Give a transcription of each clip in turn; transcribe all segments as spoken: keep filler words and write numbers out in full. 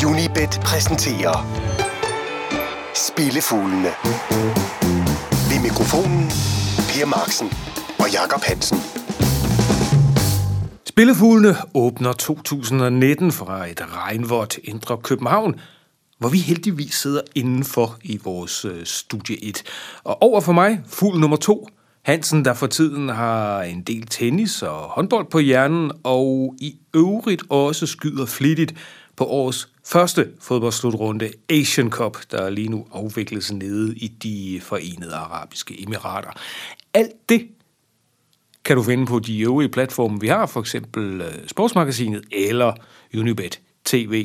Unibet præsenterer Spillefuglene. Ved mikrofonen Per Marksen og Jakob Hansen. Spillefuglene åbner to tusind nitten fra et regnvådt indre København, hvor vi heldigvis sidder indenfor i vores øh, studie et. Og over for mig, fugl nummer to, Hansen, der for tiden har en del tennis og håndbold på hjernen, og i øvrigt også skyder flittigt på årets første fodboldslutrunde, Asian Cup, der lige nu afvikles nede i de Forenede Arabiske Emirater. Alt det kan du finde på de øvrige platforme, vi har, for eksempel Sportsmagasinet eller Unibet T V.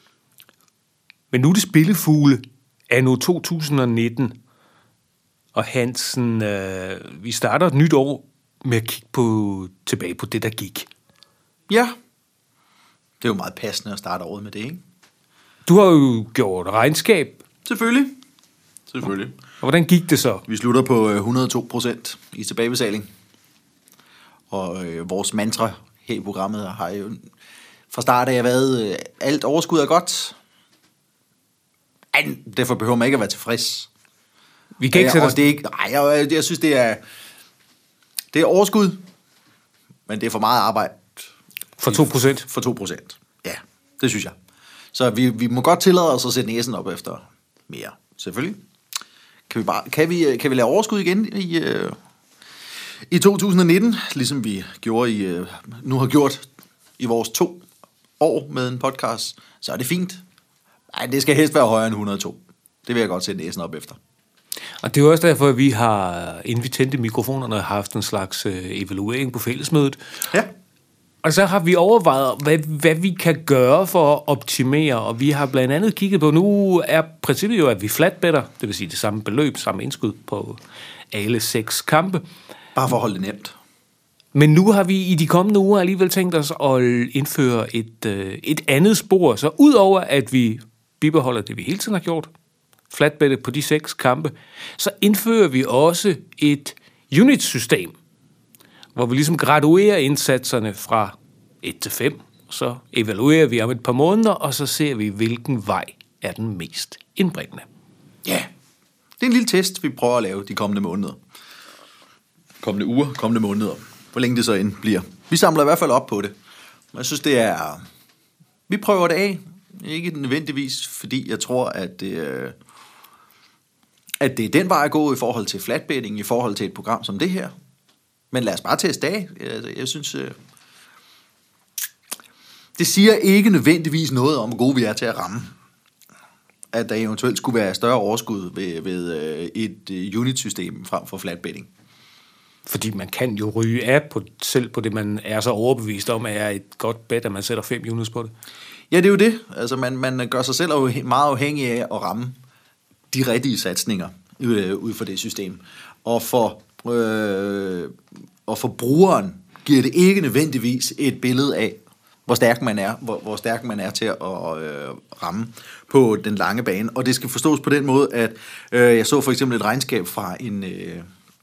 Men nu er det Spillefugle anno to tusind nitten, og Hansen, øh, vi starter et nyt år med at kigge på, tilbage på det, der gik. Ja, det er jo meget passende at starte året med det, ikke? Du har jo gjort regnskab. Selvfølgelig. Selvfølgelig. Og hvordan gik det så? Vi slutter på et hundrede og to procent i tilbagebetaling. Og øh, vores mantra her i programmet har jo fra start af været, øh, alt overskud er godt. Ej, derfor behøver man ikke at være tilfreds. Vi kan ikke sætte os... det er ikke, nej, jeg, jeg synes, det er, det er overskud, men det er for meget arbejde. For to procent? For to procent, ja, det synes jeg. Så vi, vi må godt tillade os at sætte næsen op efter mere, selvfølgelig. Kan vi, bare, kan vi, kan vi lave overskud igen i, øh, i to tusind nitten, ligesom vi gjorde i, øh, nu har gjort i vores to år med en podcast, så er det fint. Nej, det skal helst være højere end et hundrede og to. Det vil jeg godt sætte næsen op efter. Og det er også derfor, at vi har, inden vi tændte mikrofonerne, haft en slags øh, evaluering på fællesmødet. Ja. Og så har vi overvejet, hvad, hvad vi kan gøre for at optimere, og vi har blandt andet kigget på, nu er princippet jo, at vi flatbetter, det vil sige det samme beløb, samme indskud på alle seks kampe. Bare for at holde det nemt. Men nu har vi i de kommende uger alligevel tænkt os at indføre et, øh, et andet spor, så udover at vi bibeholder det, vi hele tiden har gjort, flatbette på de seks kampe, så indfører vi også et unit-system, hvor vi ligesom graduerer indsatserne fra et til fem, så evaluerer vi om et par måneder, og så ser vi, hvilken vej er den mest indbringende. Ja, det er en lille test, vi prøver at lave de kommende måneder. Kommende uger, kommende måneder. Hvor længe det så end bliver. Vi samler i hvert fald op på det. Jeg synes, det er... Vi prøver det af. Ikke nødvendigvis, fordi jeg tror, at det, at det er den vej at gå i forhold til flatbetting, i forhold til et program som det her. Men lad os bare teste af. Jeg, jeg synes, det siger ikke nødvendigvis noget om, hvor gode vi er til at ramme. At der eventuelt skulle være større overskud ved, ved et unit-system frem for flatbetting. Fordi man kan jo ryge af på, selv på det, man er så overbevist om, er et godt bet, at man sætter fem units på det. Ja, det er jo det. Altså, man, man gør sig selv meget afhængig af at ramme de rigtige satsninger øh, ud for det system. Og for, øh, og for brugeren giver det ikke nødvendigvis et billede af, hvor stærk man er, hvor, hvor stærk man er til at øh, ramme på den lange bane. Og det skal forstås på den måde, at øh, jeg så for eksempel et regnskab fra en, øh,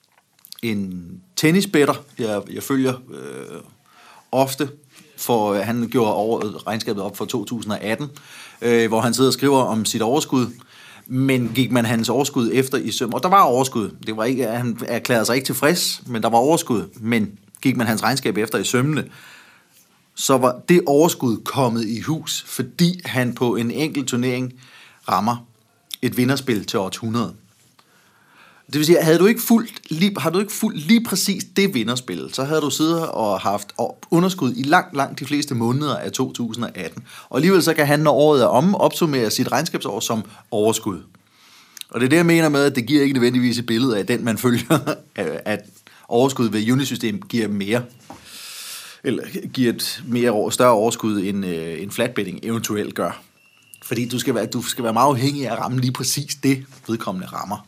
en tennisbætter, jeg, jeg følger øh, ofte, for han gjorde over, regnskabet op for to tusind atten, øh, hvor han sidder og skriver om sit overskud, men gik man hans overskud efter i søm, og der var overskud, det var ikke, han erklærede sig ikke tilfreds, men der var overskud, men gik man hans regnskab efter i sømmene, så var det overskud kommet i hus, fordi han på en enkelt turnering rammer et vinderspil til århundrede. Det vil sige, havde du ikke fulgt lige, har du ikke fulgt lige præcis det vinderspil, så havde du siddet og haft underskud i langt, langt de fleste måneder af to tusind atten. Og alligevel så kan han, når året er om, opsummere sit regnskabsår som overskud. Og det er det, jeg mener med, at det giver ikke nødvendigvis et billede af den, man følger, at overskud ved unisystem giver mere, eller giver et mere større overskud, end en flatbetting eventuelt gør. Fordi du skal være, du skal være meget afhængig af at ramme lige præcis det, vedkommende rammer.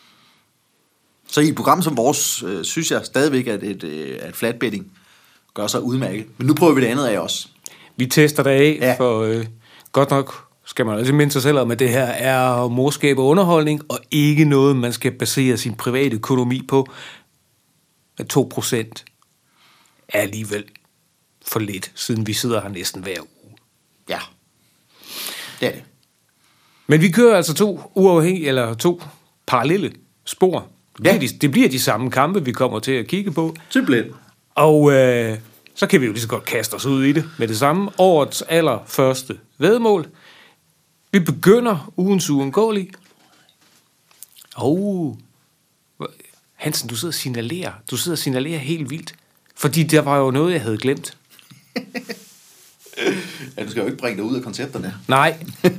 Så i et program som vores, øh, synes jeg stadigvæk, at et, øh, at flatbetting gør sig udmærket. Men nu prøver vi det andet af også. Vi tester det af, ja. for øh, godt nok skal man altså minde sig selv om, at det her er morskab og underholdning, og ikke noget, man skal basere sin private økonomi på. At to procent er alligevel for lidt, siden vi sidder her næsten hver uge. Ja. det er det. Men vi kører altså to uafhængige, eller to parallelle spor. Det bliver, ja. de, det bliver de samme kampe, vi kommer til at kigge på. Simpelthen. Og øh, så kan vi jo lige så godt kaste os ud i det med det samme. Årets allerførste væddemål. Vi begynder ugens uundgåelige. Oh, Hansen, du sidder og signalerer. Du sidder og signalerer helt vildt. Fordi der var jo noget, jeg havde glemt. Ja, du skal jo ikke bringe dig ud af koncepterne. Nej.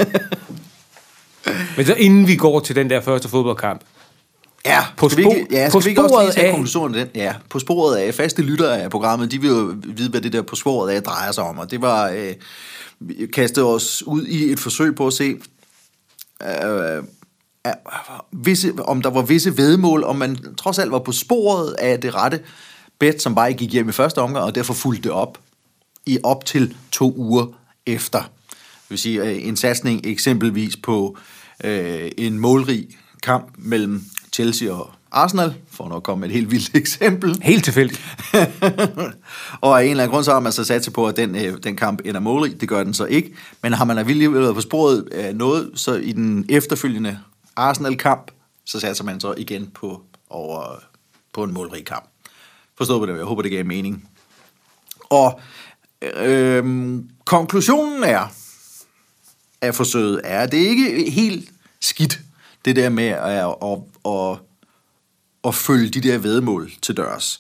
Men så inden vi går til den der første fodboldkamp. Ja, på, skal spo- vi ikke, ja, på skal vi ikke også lige tage af... konklusionen af den? Ja, på sporet af faste lyttere af programmet, de vil jo vide, hvad det der på sporet af drejer sig om. Og det var øh, kastet os ud i et forsøg på at se, øh, øh, visse, om der var visse væddemål, om man trods alt var på sporet af det rette bet, som bare ikke gik hjem i første omgang, og derfor fulgte det op i op til to uger efter. Det vil sige, en satsning eksempelvis på øh, en målrig kamp mellem Chelsea og Arsenal, for at komme med et helt vildt eksempel. Helt tilfældigt. Og af en eller anden grund, så har man så sat sig på, at den, øh, den kamp ender målrig. Det gør den så ikke. Men har man alligevel været på sporet af noget, så i den efterfølgende Arsenal-kamp, så satser man så igen på, over, på en målrig kamp. Forstået på det, jeg håber, det gav mening. Og øh, konklusionen er, af forsøget er, at det ikke er helt skidt, det der med at, at, at, at følge de der væddemål til dørs.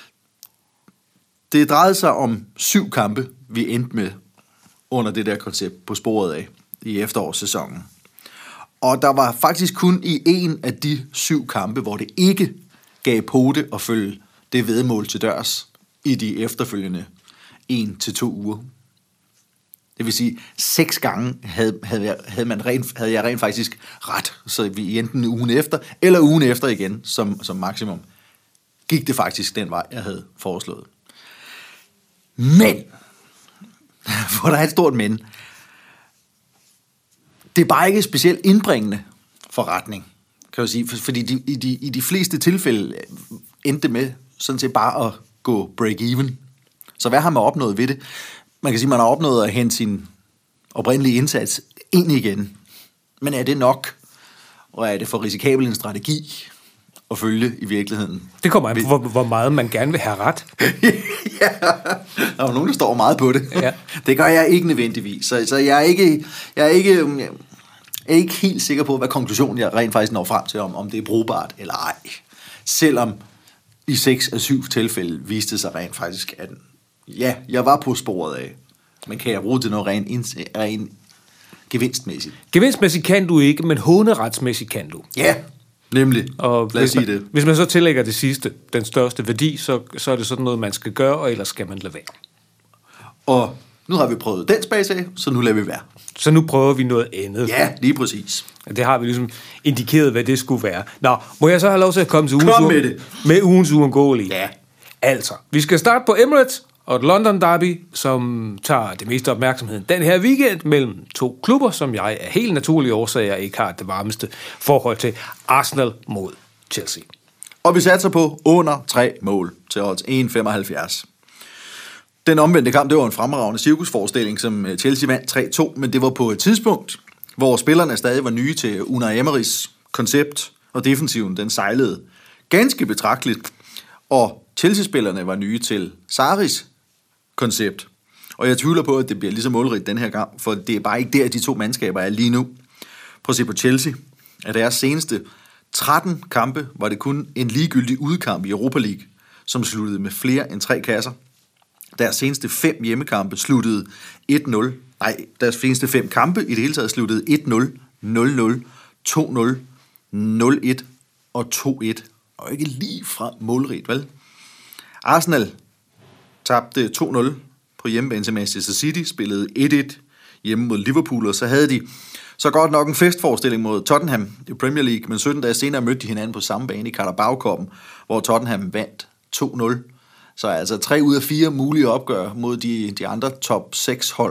Det drejede sig om syv kampe, vi endte med under det der koncept på sporet af i efterårssæsonen. Og der var faktisk kun i en af de syv kampe, hvor det ikke gav pote at følge det væddemål til dørs i de efterfølgende en til to uger. Det vil sige, seks gange havde, havde, jeg, havde, man rent, havde jeg rent faktisk ret, så vi enten ugen efter, eller ugen efter igen, som, som maksimum, gik det faktisk den vej, jeg havde foreslået. Men, for der er et stort men, det er bare ikke specielt indbringende forretning, kan jeg sige, fordi de, i, de, i de fleste tilfælde endte med sådan set bare at gå break-even. Så hvad har man opnået ved det? Man kan sige, at man har opnået at hente sin oprindelige indsats ind igen. Men er det nok? Og er det for risikabel en strategi at følge i virkeligheden? Det kommer an på, hvor, hvor meget man gerne vil have ret. Ja, der er nogen, der står meget på det. Ja. Det gør jeg ikke nødvendigvis. Så, så jeg er ikke... Jeg er ikke Jeg er ikke helt sikker på, hvad konklusionen jeg rent faktisk når frem til, om, om det er brugbart eller ej. Selvom i seks af syv tilfælde viste sig rent faktisk, at ja, jeg var på sporet af, men kan jeg bruge det noget rent, rent gevinstmæssigt? Gevinstmæssigt kan du ikke, men håneretsmæssigt kan du. Ja, nemlig. Og lad os sige man, det. Hvis man så tillægger det sidste, den største værdi, så, så er det sådan noget, man skal gøre, og ellers skal man lade være. Og nu har vi prøvet den space af, så nu lader vi være. Så nu prøver vi noget andet. Ja, lige præcis. Det har vi ligesom indikeret, hvad det skulle være. Nå, må jeg så have lov til at komme til ugens, Kom med, det. med ugens uundgåelige? Ja. Altså, vi skal starte på Emirates og et London Derby, som tager det meste opmærksomheden den her weekend mellem to klubber, som jeg af helt naturlige årsager ikke har det varmeste forhold til. Arsenal mod Chelsea. Og vi satser på under tre mål til odds en komma femoghalvfjerds. Den omvendte kamp, det var en fremragende cirkusforestilling, som Chelsea vandt tre to, men det var på et tidspunkt, hvor spillerne stadig var nye til Unai Emerys koncept, og defensiven den sejlede ganske betragteligt, og Chelsea-spillerne var nye til Sarris koncept. Og jeg tvivler på, at det bliver lige så målrigt den her gang, for det er bare ikke der, de to mandskaber er lige nu. Prøv at se på Chelsea. Af deres seneste tretten kampe var det kun en ligegyldig udkamp i Europa League, som sluttede med flere end tre kasser. Deres seneste fem hjemmekampe sluttede et nul. Nej, deres seneste fem kampe i det hele taget sluttede et nul, nul nul, to nul, nul et og to et. Og ikke lige fra målrigt, vel? Arsenal tabte to nul på hjemmebane til Manchester City, spillede et et hjemme mod Liverpool, og så havde de så godt nok en festforestilling mod Tottenham i Premier League, men sytten dage senere mødte de hinanden på samme bane i Carabao-cuppen, hvor Tottenham vandt to nul. Så altså tre ud af fire mulige opgør mod de, de andre top seks hold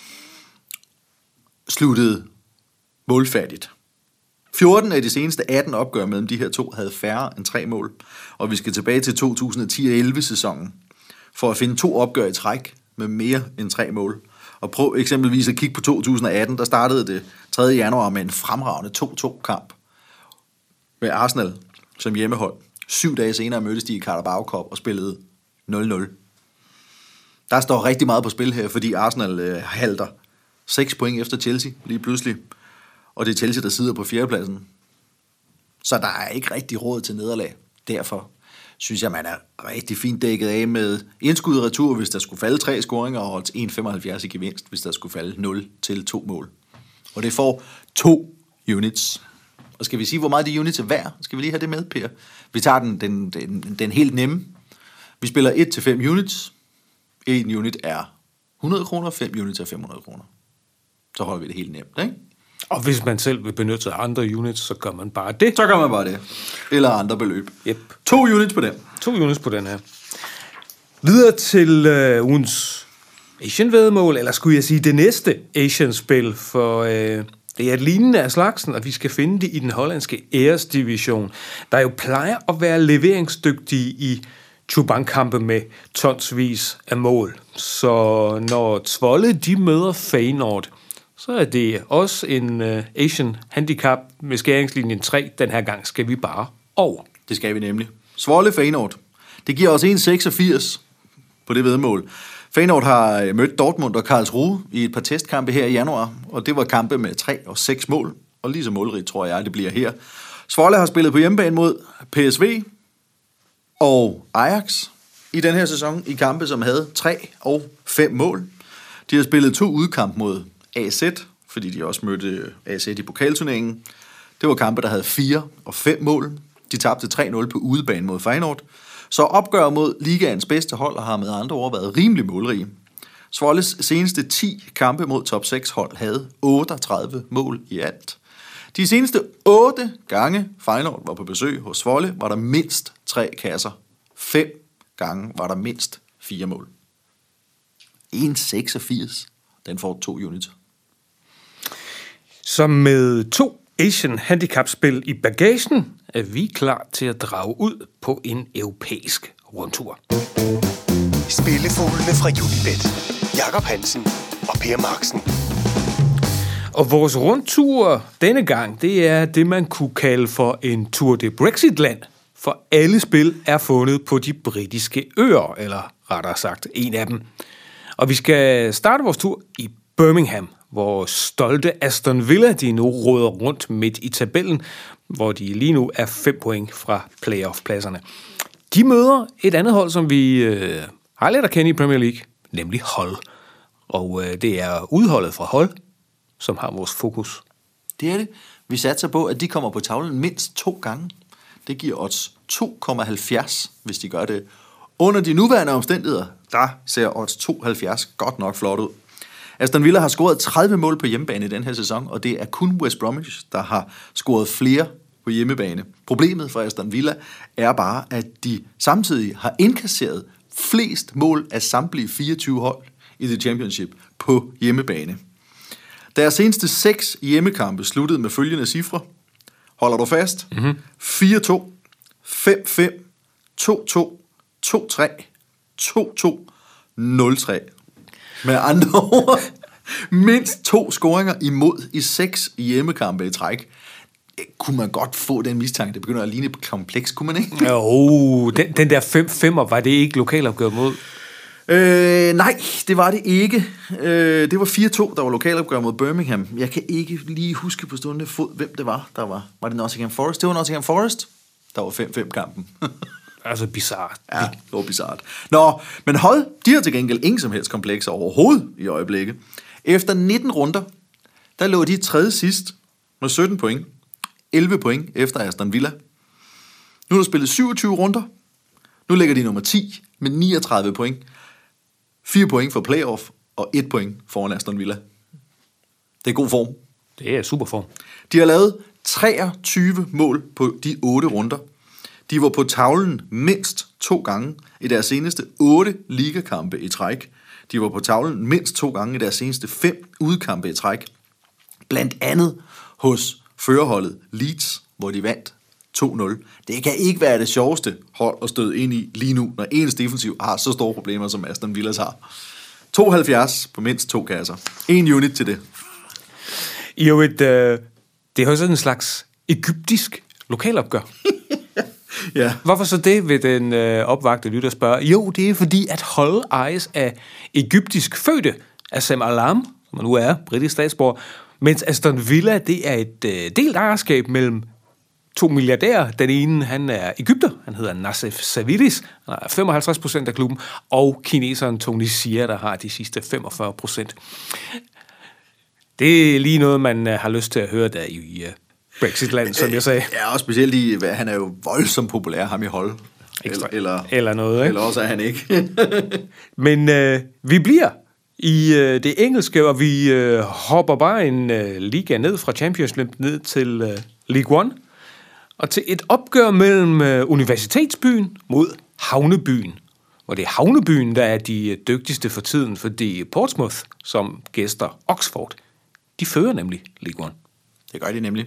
sluttede målfattigt. fjorten af de seneste atten opgør mellem de her to havde færre end tre mål, og vi skal tilbage til to tusind og ti elleve sæsonen for at finde to opgør i træk med mere end tre mål. Og prøv eksempelvis at kigge på to tusind atten, der startede det tredje januar med en fremragende to to-kamp med Arsenal som hjemmehold. Syv dage senere mødtes de i Carabao Cup og spillede nul nul. Der står rigtig meget på spil her, fordi Arsenal øh, halter seks point efter Chelsea lige pludselig. Og det er Chelsea, der sidder på fjerdepladsen. Så der er ikke rigtig råd til nederlag. Derfor synes jeg, man er rigtig fint dækket af med indskud og retur, hvis der skulle falde tre scoringer, og en komma femoghalvfjerds i gevinst, hvis der skulle falde nul til to mål. Og det får to units. Og skal vi sige, hvor meget de units er værd? Skal vi lige have det med, Per? Vi tager den, den, den, den helt nemme. Vi spiller et til fem units. En unit er hundrede kroner, fem units er fem hundrede kroner. Så holder vi det helt nemt, ikke? Og hvis man selv vil benytte sig af andre units, så gør man bare det. Så gør man bare det. Eller andre beløb. Yep. To units på den. To units på den her. Videre til øh, ugens Asian-væddemål, eller skulle jeg sige det næste Asian-spil, for øh, det er et lignende af slagsen, og vi skal finde det i den hollandske æresdivision, der jo plejer at være leveringsdygtige i Chubank-kampe med tonsvis af mål. Så når Zwolle de møder Feyenoord, så er det også en uh, Asian handicap med skæringslinjen tre. Den her gang skal vi bare over. Det skal vi nemlig. Zwolle Feyenoord. Det giver os en komma seksogfirs på det vedmål. Feyenoord har mødt Dortmund og Karlsruhe i et par testkampe her i januar, og det var kampe med tre og seks mål, og lige så målrigt tror jeg, det bliver her. Zwolle har spillet på hjemmebane mod P S V og Ajax i den her sæson i kampe, som havde tre og fem mål. De har spillet to udkamp mod A Z, fordi de også mødte A Z i pokalturneringen. Det var kampe, der havde fire og fem mål. De tabte tre nul på udebane mod Feyenoord. Så opgør mod ligaens bedste hold har med andre ord været rimelig målrige. Zwolles seneste ti kampe mod top seks hold havde otteogtredive mål i alt. De seneste otte gange Feyenoord var på besøg hos Zwolle, var der mindst tre kasser. Fem gange var der mindst fire mål. en komma seksogfirs. Den får to units. Så med to Asian handicap-spil i bagagen, er vi klar til at drage ud på en europæisk rundtur. Spillefuglene fra Unibet. Jakob Hansen og Per Marksen. Og vores rundtur denne gang, det er det, man kunne kalde for en Tour de Brexitland. For alle spil er fundet på de britiske øer, eller rettere sagt en af dem. Og vi skal starte vores tur i Birmingham, hvor stolte Aston Villa de nu råder rundt midt i tabellen, hvor de lige nu er fem point fra playoff-pladserne. De møder et andet hold, som vi øh, har lidt at kende i Premier League, nemlig Hull. Og øh, det er udholdet fra Hull, som har vores fokus. Det er det. Vi satser på, at de kommer på tavlen mindst to gange. Det giver odds to komma halvfjerds, hvis de gør det. Under de nuværende omstændigheder, der ser odds to komma halvfjerds godt nok flot ud. Aston Villa har scoret tredive mål på hjemmebane i den her sæson, og det er kun West Bromwich, der har scoret flere på hjemmebane. Problemet for Aston Villa er bare, at de samtidig har indkasseret flest mål af samtlige fireogtyve hold i The Championship på hjemmebane. Deres seneste seks hjemmekampe sluttede med følgende cifre. Holder du fast? Mm-hmm. fire to, fem fem, to to, to tre, to to, nul tre. Med andre ord, mindst to scoringer imod i seks hjemmekampe i træk. Kunne man godt få den mistanke? Det begynder at ligne kompleks, kunne man ikke? Jo, den, den der fem femmer, var det ikke lokalopgør mod? Øh, nej, det var det ikke. Øh, det var fire to, der var lokalopgør mod Birmingham. Jeg kan ikke lige huske på stående fod, hvem det var, der var. Var det Nottingham Forest? Det var Nottingham Forest, der var fem fem kampen. Altså bizarrt. Ja, det var bizarrt. Nå, men hold, de har til gengæld ingen som helst komplekser overhovedet i øjeblikket. Efter nitten runder, der lå de tredje sidst med sytten point. elleve point efter Aston Villa. Nu er der spillet syvogtyve runder. Nu ligger de nummer ti med niogtredive point. fire point for playoff og et point foran Aston Villa. Det er god form. Det er super form. De har lavet treogtyve mål på de otte runder. De var på tavlen mindst to gange i deres seneste otte ligakampe i træk. De var på tavlen mindst to gange i deres seneste fem udkampe i træk. Blandt andet hos førerholdet Leeds, hvor de vandt to nul. Det kan ikke være det sjoveste hold at støde ind i lige nu, når ens defensiv har så store problemer, som Aston Villas har. tooghalvfjerds på mindst to kasser. En unit til det. I jo et, øh, det er jo sådan en slags egyptisk lokalopgør. Ja. Hvorfor så det, ved den øh, opvagte lytter spørger? Jo, det er fordi, at holdet ejes af egyptisk fødte Assam Alam, som nu er britisk statsborger, mens Aston Villa, det er et øh, delt ejerskab mellem to milliardærer. Den ene, han er egypter, han hedder Nassef Saviris, han har femoghalvtreds procent af klubben, og kineseren Tony Xia, der har de sidste femogfyrre procent. Det er lige noget, man øh, har lyst til at høre der i øh, Brexitland, som jeg sagde. Ja, og specielt i, han er jo voldsomt populær, ham i hold. Eller, eller, eller noget, ikke? Eller også er han ikke. Men øh, vi bliver i øh, det engelske, og vi øh, hopper bare en øh, liga ned fra Championship ned til øh, League One, og til et opgør mellem øh, universitetsbyen mod havnebyen. Og det er havnebyen, der er de dygtigste for tiden, fordi Portsmouth, som gæster Oxford, de fører nemlig League One. Det gør de nemlig.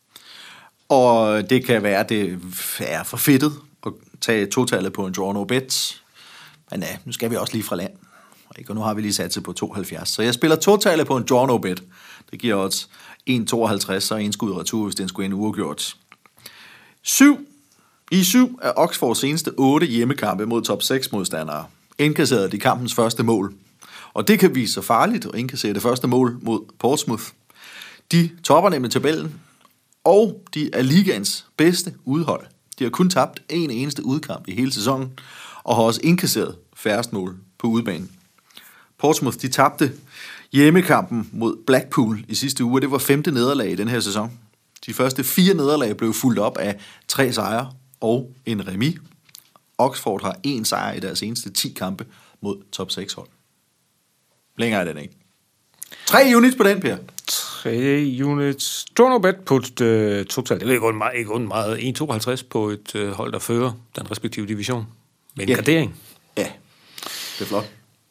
Og det kan være, det er for fedtet at tage totallet på en draw no bets. Men ja, nu skal vi også lige fra land. Og nu har vi lige sat til på tooghalvfjerds. Så jeg spiller totallet på en draw no bet. Det giver også en komma tooghalvtreds og en skud retur, hvis den skulle ind uafgjort. syv. I syv af Oxfords seneste otte hjemmekampe mod top seks modstandere indkasserede de kampens første mål. Og det kan vise sig farligt at indkassere det første mål mod Portsmouth. De topper nemlig tabellen, og de er ligaens bedste udhold. De har kun tabt en eneste udkamp i hele sæsonen, og har også indkasseret færrest mål på udebanen. Portsmouth, de tabte hjemmekampen mod Blackpool i sidste uge, og det var femte nederlag i den her sæson. De første fire nederlag blev fulgt op af tre sejre og en remis. Oxford har en sejr i deres seneste ti kampe mod top seks hold. Længere er den ikke. Tre units på den, Per. Tre units. Draw no bet på et uh, total. Det er ikke meget, ikke meget. en komma tooghalvtreds på et uh, hold, der fører den respektive division. Med en Ja. gradering. Ja, det er flot.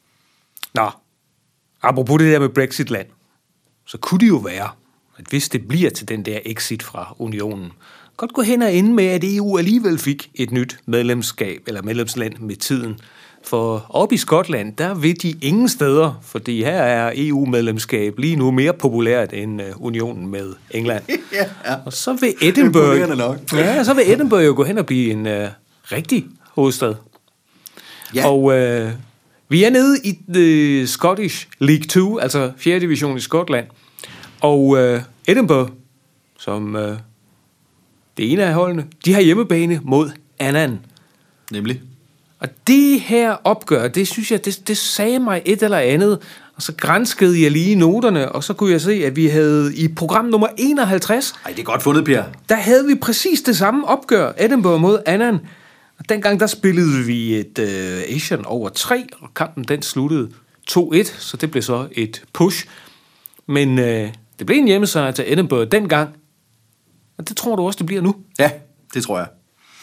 Nå, apropos det der med Brexitland, så kunne det jo være, at hvis det bliver til den der exit fra unionen, godt gå hen og ende med, at E U alligevel fik et nyt medlemskab, eller medlemsland med tiden. For oppe i Skotland, der vil de ingen steder, fordi her er E U-medlemskab lige nu mere populært end uh, unionen med England. ja, ja. Og så vil Edinburgh, nok. ja, så vil Edinburgh jo gå hen og blive en uh, rigtig hovedstad. Ja. Og uh, vi er nede i the Scottish League to, altså fjerde division i Skotland. Og uh, Edinburgh, som uh, det ene af holdene, de har hjemmebane mod Annan. Nemlig. Og det her opgør, det synes jeg, det, det sagde mig et eller andet. Og så granskede jeg lige noterne, og så kunne jeg se, at vi havde i program nummer enoghalvtreds, Ej, det er godt fundet, Per. der havde vi præcis det samme opgør, Edinburgh mod Annan. Og dengang der spillede vi et uh, Asian over tre, og kampen den sluttede to et, så det blev så et push. Men uh, det blev en hjemmesejr til Edinburgh dengang, og det tror du også, det bliver nu? Ja, det tror jeg.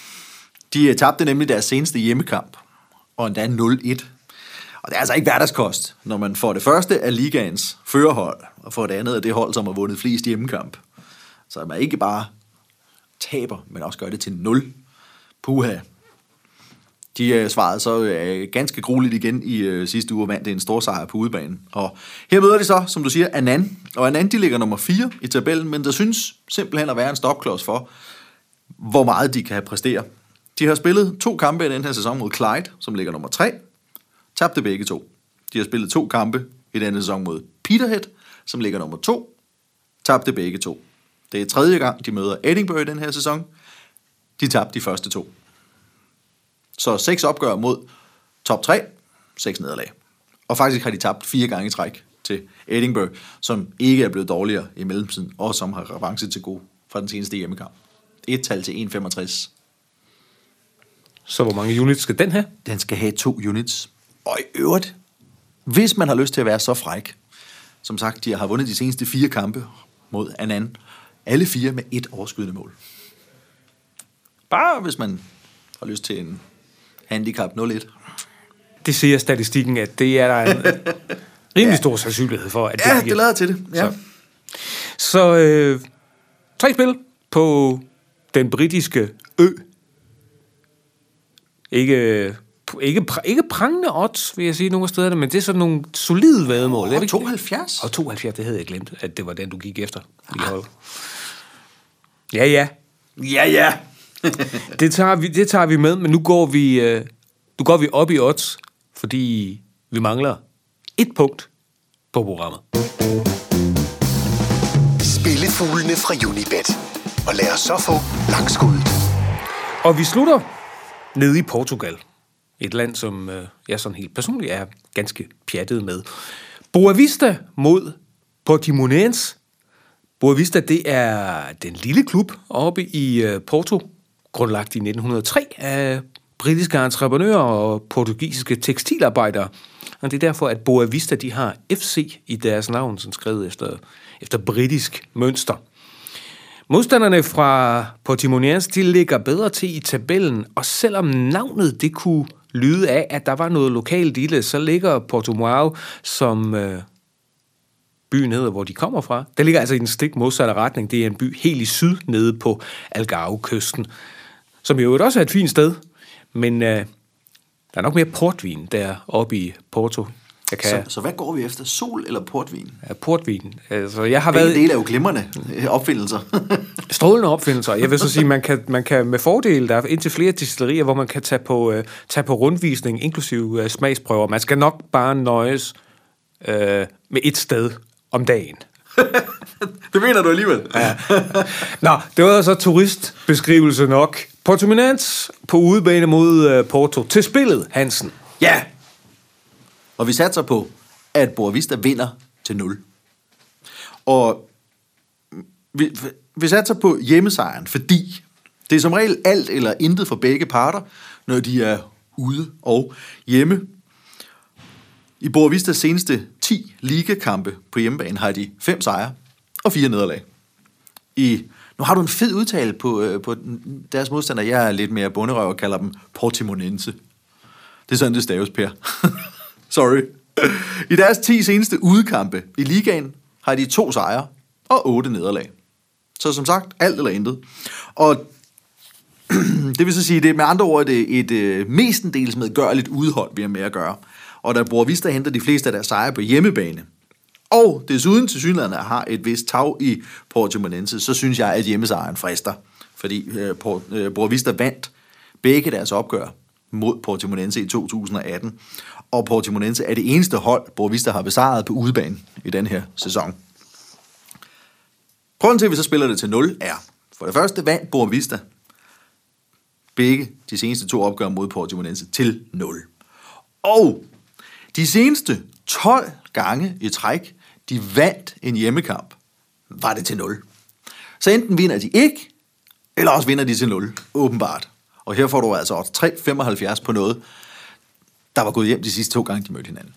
De tabte nemlig deres seneste hjemmekamp, og endda nul et. Og det er altså ikke hverdagskost, når man får det første af ligaens førerhold, og for det andet af det hold, som har vundet flest hjemmekamp. Så man ikke bare taber, men også gør det til nul. Puha. De uh, svarede så uh, ganske grueligt igen i uh, sidste uge og vandt en stor sejr på udebanen. Og her møder de så, som du siger, Annan. Og Annan, de ligger nummer fire i tabellen, men der synes simpelthen at være en stopklods for, hvor meget de kan præstere. De har spillet to kampe i den her sæson mod Clyde, som ligger nummer tre. Tabte begge to. De har spillet to kampe i denne sæson mod Peterhead, som ligger nummer to. Tabte begge to. Det er tredje gang, de møder Edinburgh i den her sæson. De tabte de første to. Så seks opgør mod top tre, seks nederlag. Og faktisk har de tabt fire gange i træk til Edinburgh, som ikke er blevet dårligere i mellemtiden, og som har revanche til gode fra den seneste hjemmekamp. Et tal til en komma femogtres. Så hvor mange units skal den have? Den skal have to units. Og i øvrigt, hvis man har lyst til at være så fræk, som sagt, de har vundet de seneste fire kampe mod Annan. Alle fire med et overskydende mål. Bare hvis man har lyst til en handicap nul et. Det siger statistikken, at det er der en rimelig ja. stor sandsynlighed for. At Ja, det, det lader til det. Ja. Så, så øh, tre spil på den britiske ø. Ikke ikke, ikke prangende odds, vil jeg sige nogle af stederne, men det er sådan nogle solide væddemål. Og tooghalvfjerds? Og tooghalvfjerds, det havde jeg glemt, at det var den, du gik efter. Ah. Ja, ja. Ja, ja. det, tager vi, det tager vi med, men nu går vi, øh, nu går vi op i odds, fordi vi mangler et punkt på programmet. Spillefuglene fra Unibet. Og lad os så få langskuddet. Og vi slutter nede i Portugal. Et land, som øh, jeg sådan helt personligt er ganske pjattet med. Boa Vista mod Portimonense. Boa Vista, det er den lille klub oppe i øh, Porto, grundlagt i nitten hundrede og tre af britiske entreprenører og portugisiske tekstilarbejdere. Og det er derfor, at Boa Vista, de har F C i deres navn, som skrevet efter, efter britisk mønster. Modstanderne fra Portimonense, de ligger bedre til i tabellen, og selvom navnet det kunne lyde af, at der var noget lokalt i det, så ligger Portimão, som øh, byen hedder, hvor de kommer fra. Det ligger altså i den stik modsatte retning. Det er en by helt i syd, nede på Algarve-kysten, som jo også er et fint sted, men øh, der er nok mere portvin deroppe i Porto. Kan... Så, så hvad går vi efter? Sol eller portvin? Ja, portvin. Altså, jeg har Begge været... dele er jo glimrende opfindelser. Strålende opfindelser. Jeg vil så sige, man kan, man kan med fordel, der er indtil flere distillerier, hvor man kan tage på, uh, tage på rundvisning, inklusive uh, smagsprøver. Man skal nok bare nøjes uh, med et sted om dagen. Det mener du alligevel. Ja. Nå, det var så turistbeskrivelse nok. Portimonense på udebane mod uh, Porto. Til spillet, Hansen. Ja! Og vi satser på, at Boa Vista vinder til nul. Og vi, vi satser på hjemmesejren, fordi det er som regel alt eller intet for begge parter, når de er ude og hjemme. I Boa Vistas seneste ti ligakampe på hjemmebane har de fem sejre og fire nederlag. I, nu har du en fed udtale på, på deres modstander. Jeg er lidt mere bunderøv og kalder dem Portimonense. Det er sådan, det staves, Per. Sorry. I deres ti seneste udekampe i ligaen har de to sejre og otte nederlag. Så som sagt, alt eller intet. Og det vil så sige, det er med andre ord et, et, et mestendels medgørligt udhold, vi har med at gøre. Og da Boa Vista henter de fleste af deres sejre på hjemmebane, og desuden til synligheden har et vist tag i Portimonense, så synes jeg, at hjemmesejren frister. Fordi øh, Boa Vista vandt begge deres opgør mod Portimonense i to tusind og atten. Og Portimonense er det eneste hold, Boa Vista har besejret på udebane i den her sæson. Grunden til, at vi så spiller det til nul, er for det første vandt Boa Vista begge de seneste to opgør mod Portimonense til nul. Og de seneste tolv gange i træk, de vandt en hjemmekamp, var det til nul. Så enten vinder de ikke, eller også vinder de til nul, åbenbart. Og her får du altså tre komma femoghalvfjerds på noget, der var gået hjem de sidste to gange, de mødte hinanden.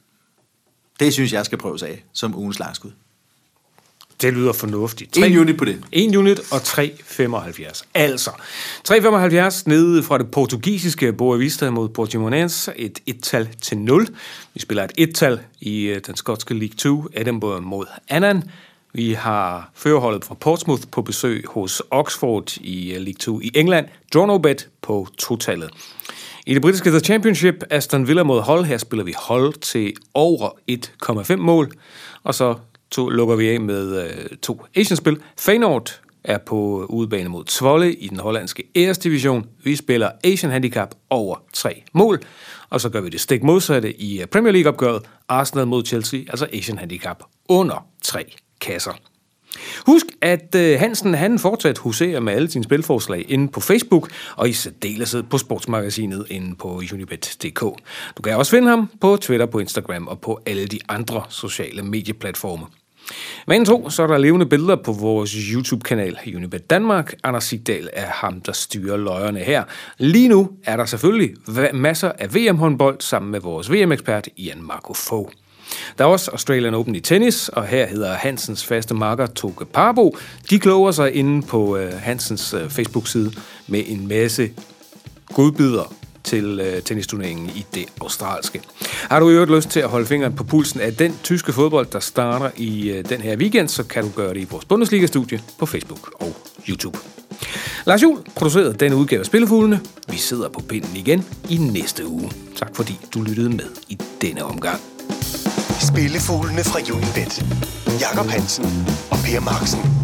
Det synes jeg skal prøves af som ugens langskud. Det lyder fornuftigt. En unit på det. En unit og tre komma femoghalvfjerds. Altså, tre komma femoghalvfjerds nede fra det portugisiske Boa Vista mod Portimonense. Et et-tal til nul. Vi spiller et et-tal i den skotske League to. Edinburgh mod Annan. Vi har førerholdet fra Portsmouth på besøg hos Oxford i League to i England. Draw no bet på totallet. I det britiske The Championship, Aston Villa mod Hull. Her spiller vi Hull til over et komma fem mål. Og så to, lukker vi af med øh, to Asian-spil. Feyenoord er på udebane mod Zwolle i den hollandske æresdivision. Vi spiller Asian Handicap over tre mål. Og så gør vi det stik modsatte i Premier League-opgøret. Arsenal mod Chelsea, altså Asian Handicap under tre kasser. Husk, at øh, Hansen han fortsat huserer med alle sine spilforslag inde på Facebook, og i særdeleshed på sportsmagasinet inde på unibet punktum d k. Du kan også finde ham på Twitter, på Instagram og på alle de andre sociale medieplatforme. Men tro, så er der levende billeder på vores YouTube-kanal Unibet Danmark. Anders Sigdal er ham, der styrer løjerne her. Lige nu er der selvfølgelig masser af V M-håndbold sammen med vores V M-ekspert Ian Marco Fogh. Der er også Australian Open i tennis, og her hedder Hansens faste makker Toke Parbo. De kloger sig inde på uh, Hansens uh, Facebook-side med en masse godbidder til uh, tennisturneringen i det australske. Har du i øvrigt lyst til at holde fingeren på pulsen af den tyske fodbold, der starter i uh, den her weekend, så kan du gøre det i vores Bundesliga-studie på Facebook og YouTube. Lars Juhl producerede denne udgave af Spillefuglene. Vi sidder på pinden igen i næste uge. Tak fordi du lyttede med i denne omgang. Spillefuglene fra Unibet. Jakob Hansen og Per Marksen.